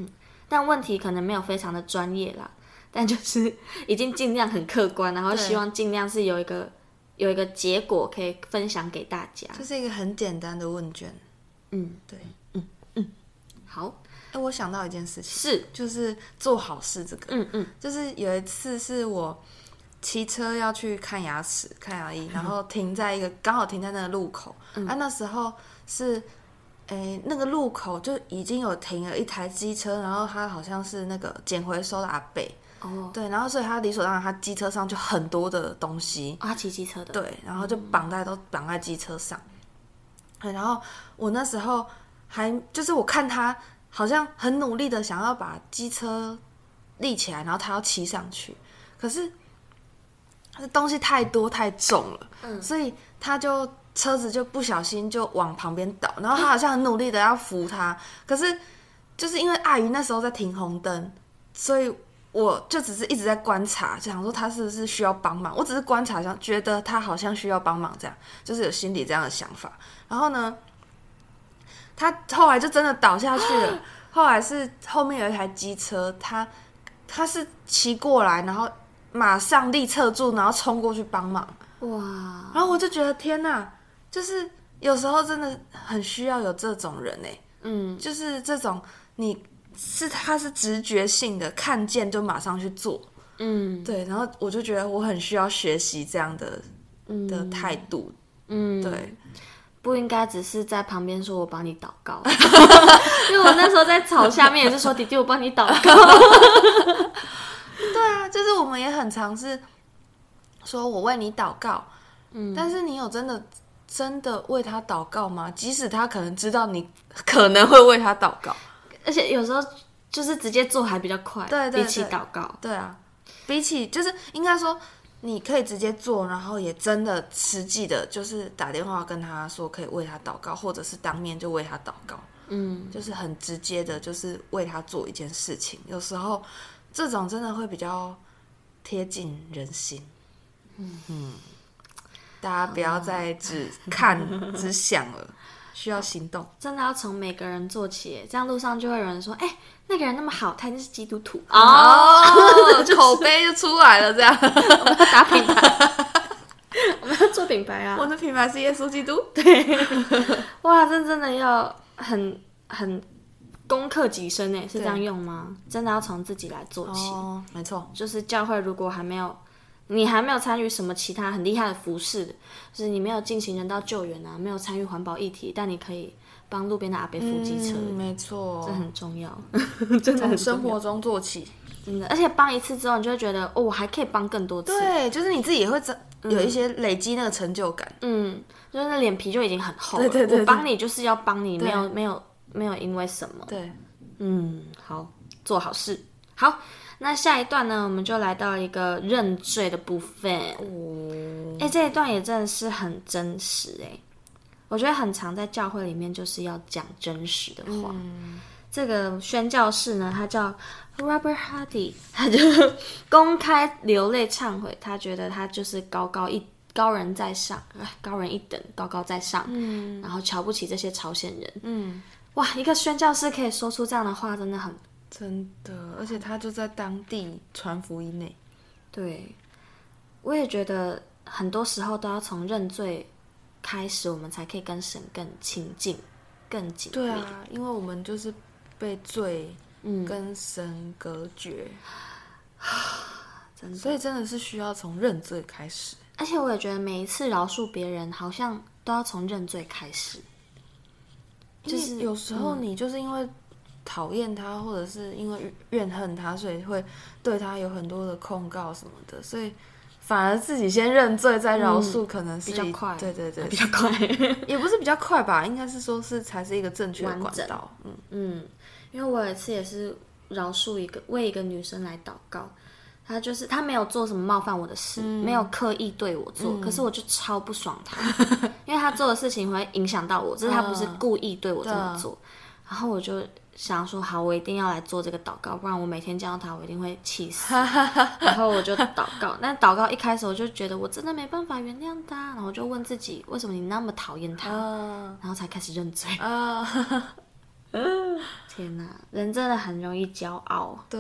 但问题可能没有非常的专业啦，但就是已经尽量很客观，然后希望尽量是有一个有一个结果可以分享给大家。 这是一个很简单的问卷。 嗯， 对， 嗯嗯，好。 哎，我想到一件事情， 是就是做好事这个。 嗯嗯， 就是有一次是我骑车要去看牙齿、看牙医，然后停在一个刚好停在那个路口。嗯、啊，那时候是。诶，那个路口就已经有停了一台机车，然后他好像是那个捡回收的阿伯。哦，对，然后所以他理所当然，他机车上就很多的东西。 哦，他骑机车的。 对，然后就绑在、嗯、都绑在机车上。然后我那时候还就是我看他好像很努力的想要把机车立起来，然后他要骑上去，可是他的东西太多太重了，嗯，所以他就。车子就不小心就往旁边倒，然后他好像很努力的要扶他，可是就是因为碍于那时候在停红灯，所以我就只是一直在观察，就想说他是不是需要帮忙。我只是观察，想觉得他好像需要帮忙，这样就是有心里这样的想法。然后呢，他后来就真的倒下去了。后来是后面有一台机车，他他是骑过来，然后马上立侧住，然后冲过去帮忙。哇！然后我就觉得天哪！就是有时候真的很需要有这种人哎，嗯，就是这种你是他是直觉性的，看见就马上去做，嗯，对，然后我就觉得我很需要学习这样的、嗯、的态度，嗯，对， 不应该只是在旁边说我帮你祷告，因为我那时候在草下面也是说弟弟我帮你祷告， 对啊，就是我们也很常是说我为你祷告，嗯，但是你有真的。真的为他祷告吗？即使他可能知道你可能会为他祷告， 而且有时候就是直接做还比较快， 对对对， 比起祷告， 对啊，比起就是应该说你可以直接做，然后也真的实际的，就是打电话跟他说可以为他祷告，或者是当面就为他祷告，嗯，就是很直接的，就是为他做一件事情。有时候这种真的会比较贴近人心，嗯嗯。大家不要再只看、只想了，需要行动。 真的要从每个人做起，这样路上就会有人说：“哎、欸，那个人那么好，他一定是基督徒哦。” 口碑就出来了，这样。 我们要打品牌，我们要做品牌啊！ 我的品牌是耶稣基督。 对，哇，这真的要很很攻克己身诶，是这样用吗？真的要从自己来做起。 哦，没错， 就是教会如果还没有。你还没有参与什么其他很厉害的服事，就是你没有进行人道救援啊，没有参与环保议题，但你可以帮路边的阿伯扶机车， 嗯、没错， 这很重要，真的很重要， 从生活中做起， 真的，而且帮一次之后，你就会觉得哦，我还可以帮更多次， 对，就是你自己也会有一些累积那个成就感， 嗯，就是那脸皮就已经很厚了， 对对 对, 对， 我帮你就是要帮你，没有没有没有因为什么， 对， 嗯，好，做好事，好。那下一段呢，我们就来到一个认罪的部分。哦，哎，这一段也真的是很真实哎，我觉得很常在教会里面就是要讲真实的话。嗯、这个宣教士呢，他叫 Robert Hardy， 他就公开流泪忏悔，他觉得他就是高高一高人在上，高人一等，高高在上，嗯，然后瞧不起这些朝鲜人。嗯，哇，一个宣教士可以说出这样的话，真的很。 真的，而且他就在当地传福音内。 对，我也觉得很多时候都要从认罪开始，我们才可以跟神更亲近、更紧密。 对啊，因为我们就是被罪跟神隔绝，嗯、真的，所以真的是需要从认罪开始。 而且我也觉得每一次饶恕别人，好像都要从认罪开始。 就是有时候你就是因为。讨厌他，或者是因为怨恨他，所以会对他有很多的控告什么的，所以反而自己先认罪再饶恕，可能是、 嗯、比较快。 对对对， 比较快， 也不是比较快吧，应该是说是才是一个正确的管道。嗯嗯，因为我有一次也是饶恕一个为一个女生来祷告，她就是她没有做什么冒犯我的事，嗯、没有刻意对我做，嗯、可是我就超不爽她，因为她做的事情会影响到我，就是她不是故意对我这么做，嗯、然后我就。想说好，我一定要来做这个祷告，不然我每天见到他，我一定会气死。然后我就祷告，但祷告一开始我就觉得我真的没办法原谅他，然后我就问自己，为什么你那么讨厌他？Uh, 然后才开始认罪。 uh, 天哪，人真的很容易骄傲。 对。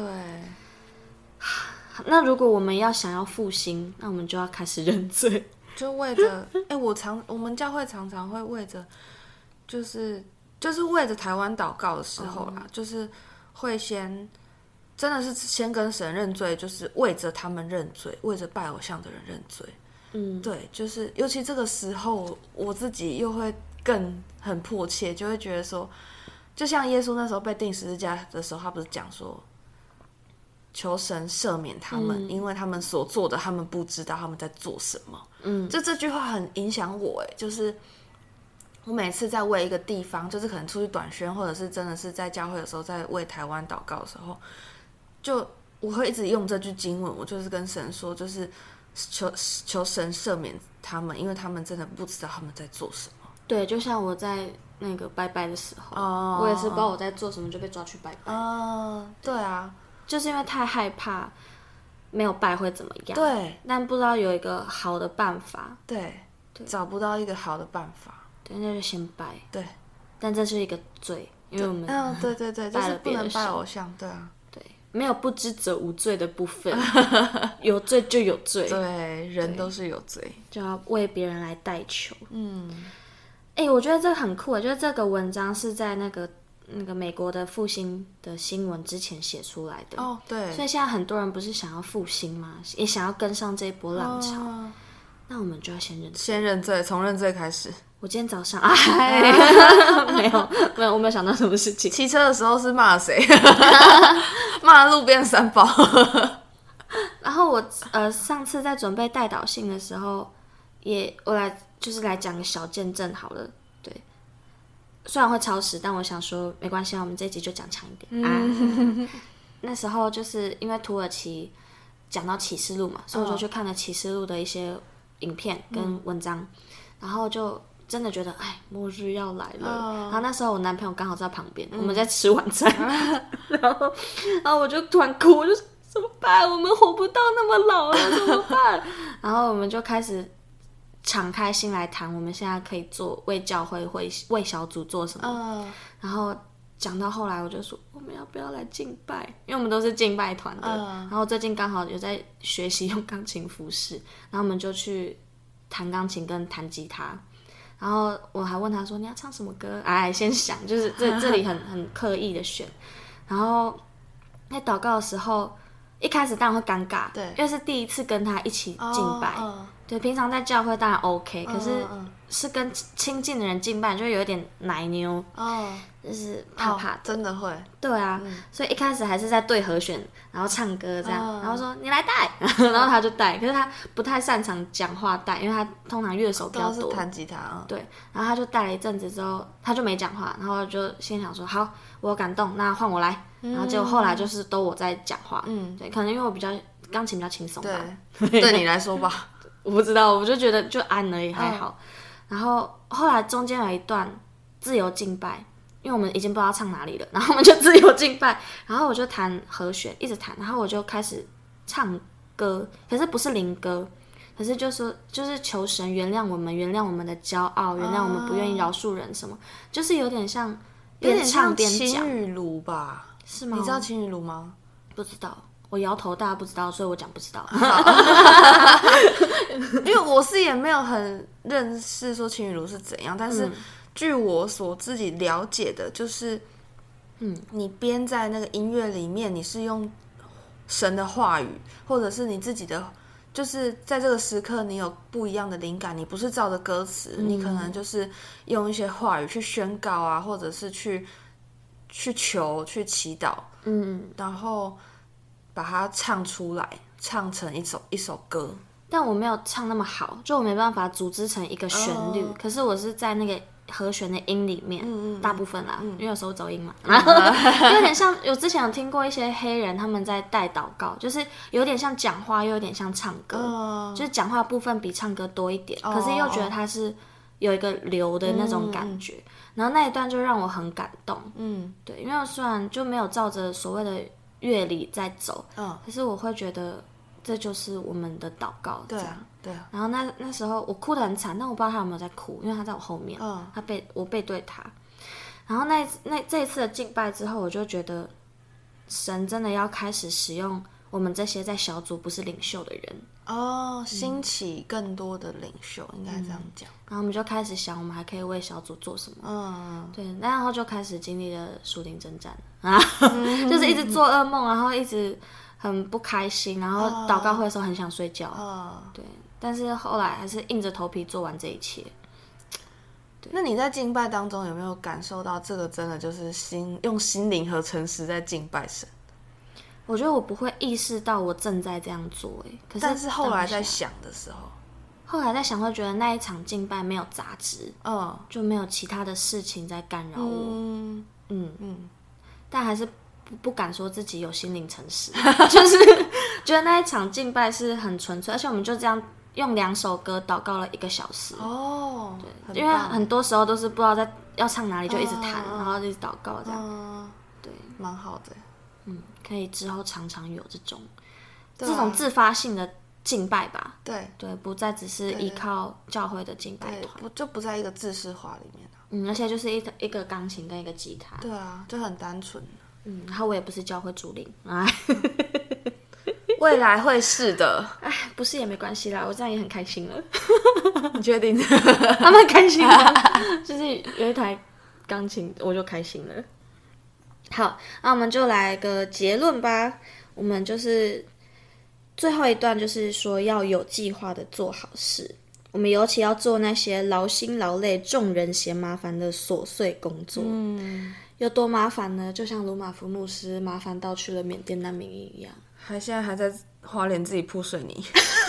那如果我们要想要复兴，那我们就要开始认罪， 就为着，哎、欸，我常我们教会常常会为着，就是就是为着台湾祷告的时候啦，嗯、就是会先真的是先跟神认罪，就是为着他们认罪，为着拜偶像的人认罪。嗯，对，就是尤其这个时候，我自己又会更很迫切，就会觉得说，就像耶稣那时候被钉十字架的时候，他不是讲说，求神赦免他们、嗯，因为他们所做的，他们不知道他们在做什么。嗯，就这句话很影响我，哎，就是我每次在为一个地方，就是可能出去短宣，或者是真的是在教会的时候，在为台湾祷告的时候，就我会一直用这句经文，我就是跟神说，就是求求神赦免他们，因为他们真的不知道他们在做什么。 对，就像我在那个拜拜的时候，哦、我也是不知道我在做什么，就被抓去拜拜。 哦，对啊。 就是因为太害怕没有拜会怎么样， 对， 但不知道有一个好的办法， 对，对，找不到一个好的办法， 对，那就先拜， 对， 但这是一个罪，因为我们嗯，对对对，就是不能拜偶像，对啊， 对，没有不知者无罪的部分，有罪就有罪， 对，人都是有罪， 就要为别人来代求，嗯，哎、欸，我觉得这个很酷，就是这个文章是在那个。那个美国的复兴的新闻之前写出来的哦，对， 所以现在很多人不是想要复兴吗？也想要跟上这一波浪潮。哦、那我们就要先认罪， 先认罪，从认罪开始。 我今天早上哎，没有没有，我没有想到什么事情。 骑车的时候是骂谁？骂路边三宝。 然后我呃上次在准备代祷信的时候，也我来就是来讲个小见证好了。虽然会超时，但我想说没关系，我们这一集就讲长一点、嗯、啊。那时候就是因为土耳其讲到启示录嘛，所以我就去看了启示录的一些影片跟文章，嗯、然后就真的觉得哎，末日要来了。哦、然后那时候我男朋友刚好在旁边、嗯，我们在吃晚餐，嗯、然后然后我就突然哭，我就怎么办？我们活不到那么老了，怎么办？然后我们就开始。敞开心来谈，我们现在可以做为教会、为为小组做什么？嗯、然后讲到后来，我就说我们要不要来敬拜？因为我们都是敬拜团的。嗯、然后最近刚好有在学习用钢琴服侍，然后我们就去弹钢琴跟弹吉他。然后我还问他说：“你要唱什么歌？”哎，先想，就是这这里很很刻意的选。然后在祷告的时候，一开始当然会尴尬，对，因为是第一次跟他一起敬拜。哦哦对，平常在教会当然 OK， 可是是跟亲近的人敬拜，就会有点奶牛，哦，就是怕怕的、哦， 真的会。 对啊、嗯，所以一开始还是在对和弦，然后唱歌这样，哦、然后说你来带，然后他就带，可是他不太擅长讲话带，因为他通常乐手比较多， 都是弹吉他啊、哦。 对，然后他就带了一阵子之后，他就没讲话，然后就先想说好，我有感动，那换我来，嗯、然后结果后来就是都我在讲话，嗯，对，可能因为我比较钢琴比较轻松吧， 对，对你来说吧。 我不知道，我就觉得就按而已，还好。嗯、然后后来中间有一段自由敬拜，因为我们已经不知道唱哪里了，然后我们就自由敬拜，然后我就弹和弦，一直弹，然后我就开始唱歌，可是不是灵歌，可是就是就是求神原谅我们，原谅我们的骄傲，原谅我们不愿意饶恕人什么，就是有点像边唱边讲。 青雨炉吧？ 是吗？ 你知道青雨炉吗？ 不知道。我摇头，大家不知道，所以我讲不知道。 因为我是也没有很认识说青雨炉是怎样，但是据我所自己了解的，就是，嗯，你编在那个音乐里面，你是用神的话语，或者是你自己的，就是在这个时刻你有不一样的灵感，你不是照着歌词，嗯、你可能就是用一些话语去宣告啊，或者是去去求、去祈祷，嗯，然后。把它唱出来，唱成一首一首歌， 但我没有唱那么好，就我没办法组织成一个旋律。Oh. 可是我是在那个和弦的音里面，嗯嗯大部分啦，嗯、因为有时候走音嘛，嗯、有点像有之前有听过一些黑人他们在带祷告，就是有点像讲话，又有点像唱歌， oh. 就是讲话部分比唱歌多一点， oh. 可是又觉得它是有一个流的那种感觉。嗯、然后那一段就让我很感动，嗯，对，因为我虽然就没有照着所谓的。乐理在走，嗯，可是我会觉得这就是我们的祷告， 对啊，对啊。 然后那那时候我哭得很惨，但我不知道他有没有在哭，因为他在我后面，嗯，他背我背对他，然然后那那这一次的敬拜之后，我就觉得神真的要开始使用我们这些在小组不是领袖的人哦，兴起更多的领袖，嗯、应该这样讲。 然后我们就开始想，我们还可以为小组做什么？ 嗯， 对，然后就开始经历了属灵征战啊，嗯、就是一直做噩梦，然后一直很不开心，然后祷告会的时候很想睡觉。 哦、 对，但是后来还是硬着头皮做完这一切。 那你在敬拜当中有没有感受到这个真的就是心用心灵和诚实在敬拜神？ 我觉得我不会意识到我正在这样做，哎，可是但是后来在想的时候， 后来在想会觉得那一场敬拜没有杂质， 嗯， 就没有其他的事情在干扰我，嗯嗯嗯，但还是不不敢说自己有心灵诚实，就是觉得那一场敬拜是很纯粹，而且我们就这样。用两首歌祷告了一个小时哦， 对，因为很多时候都是不知道在要唱哪里就一直弹，嗯、然后就一直祷告这样，嗯、对， 蛮好的， 嗯，可以之后常常有这种、啊、这种自发性的敬拜吧， 对对，不再只是依靠教会的敬拜团， 不就不在一个制式化里面、啊、 嗯，而且就是一一个钢琴跟一个吉他， 对啊，就很单纯， 嗯，然后我也不是教会主领，哎。 未来会是的， 哎，不是也没关系啦，我这样也很开心了。 你确定？ 他们开心吗？就是有一台钢琴，我就开心了。好，那我们就来个结论吧。我们就是最后一段，就是说要有计划的做好事。我们尤其要做那些劳心劳累、众人嫌麻烦的琐碎工作。嗯，有多麻烦呢？就像鲁马福牧师麻烦到去了缅甸难民营一样。 还现在还在花莲自己铺水泥，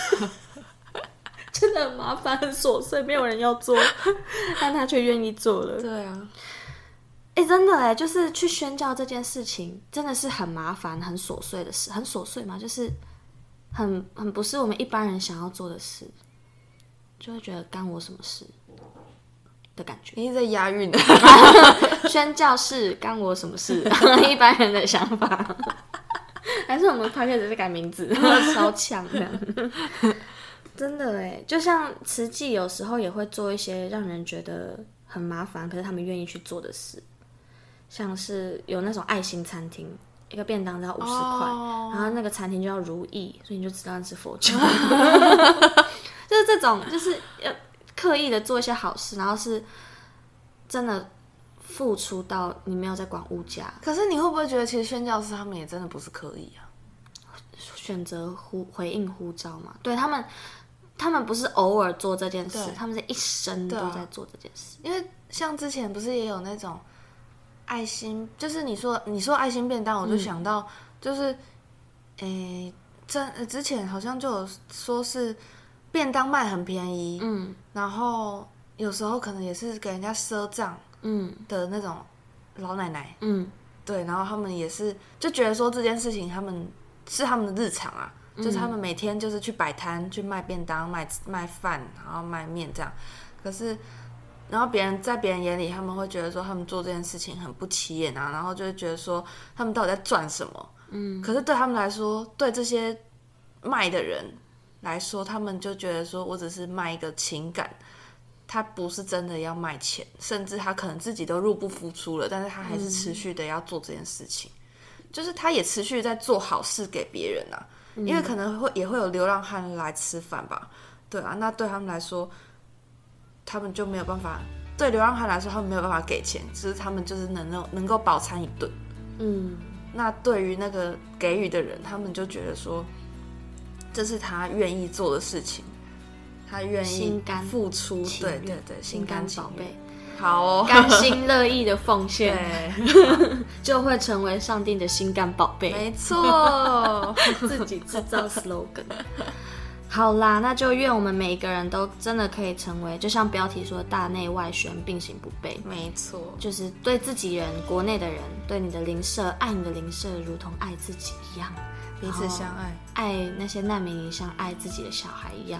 真的很麻烦，很琐碎，没有人要做，但他却愿意做了。 对啊， 哎、欸，真的哎，就是去宣教这件事情，真的是很麻烦、很琐碎的事，很琐碎嘛，就是很很不是我们一般人想要做的事，就会觉得干我什么事的感觉。 你一直在押韵， 宣教是干我什么事？一般人的想法。还是我们 podcast 在改名字，超强这样，真的哎，就像慈济有时候也会做一些让人觉得很麻烦，可是他们愿意去做的事，像是有那种爱心餐厅，一个便当只要五十块，然后那个餐厅就要如意，所以你就知道那是佛教，就是这种，就是要刻意的做一些好事，然后是真的。付出到你没有在管物价， 可是你会不会觉得其实宣教师他们也真的不是刻意啊？ 选择呼回应呼召嘛？对他们，他们不是偶尔做这件事，他们是一生都在做这件事。 因为像之前不是也有那种爱心，就是你说你说爱心便当，我就想到、嗯、就是诶，这之前好像就有说是便当卖很便宜，嗯，然后有时候可能也是给人家赊账。嗯的那种老奶奶，嗯，对，然后他们也是就觉得说这件事情他们是他们的日常啊，嗯、就是他们每天就是去摆摊去卖便当、卖卖饭，然后卖面这样。可是，然后别人在别人眼里，他们会觉得说他们做这件事情很不起眼啊，然后就会觉得说他们到底在赚什么？嗯，可是对他们来说，对这些卖的人来说，他们就觉得说我只是卖一个情感。他不是真的要卖钱，甚至他可能自己都入不敷出了，但是他还是持续的要做这件事情，嗯、就是他也持续在做好事给别人啊，嗯、因为可能会也会有流浪汉来吃饭吧，对啊，那对他们来说，他们就没有办法，对流浪汉来说，他们没有办法给钱，只是他们就是能够能够饱餐一顿，嗯，那对于那个给予的人，他们就觉得说，这是他愿意做的事情。他愿意付出，对对对，心甘情愿，好哦， 甘心乐意的奉献，就会成为上帝的心肝宝贝。 没错， 自己制造 slogan。好啦，那就愿我们每一个人都真的可以成为，就像标题说的大内外宣并行不悖。 没错， 就是对自己人、国内的人，对你的邻舍，爱你的邻舍如同爱自己一样， 彼此相爱， 爱那些难民营像爱自己的小孩一样。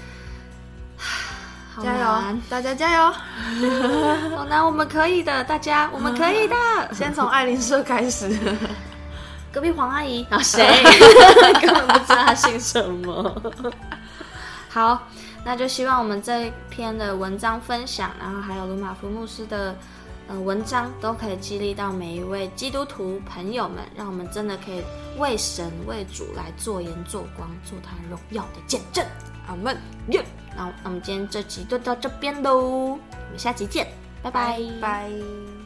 加油，大家加油！ 好难，我们可以的，大家，我们可以的。 先从爱邻舍开始。 隔壁黄阿姨啊，谁？根本不知道她姓什么。好，那就希望我们这一篇的文章分享，然后还有鲁马夫牧师的呃文章都可以激励到每一位基督徒朋友们，让我们真的可以为神为主来做盐做光，做他荣耀的见证。 阿们耶！那我们今天这集就到这边喽，我们下集见，拜拜拜。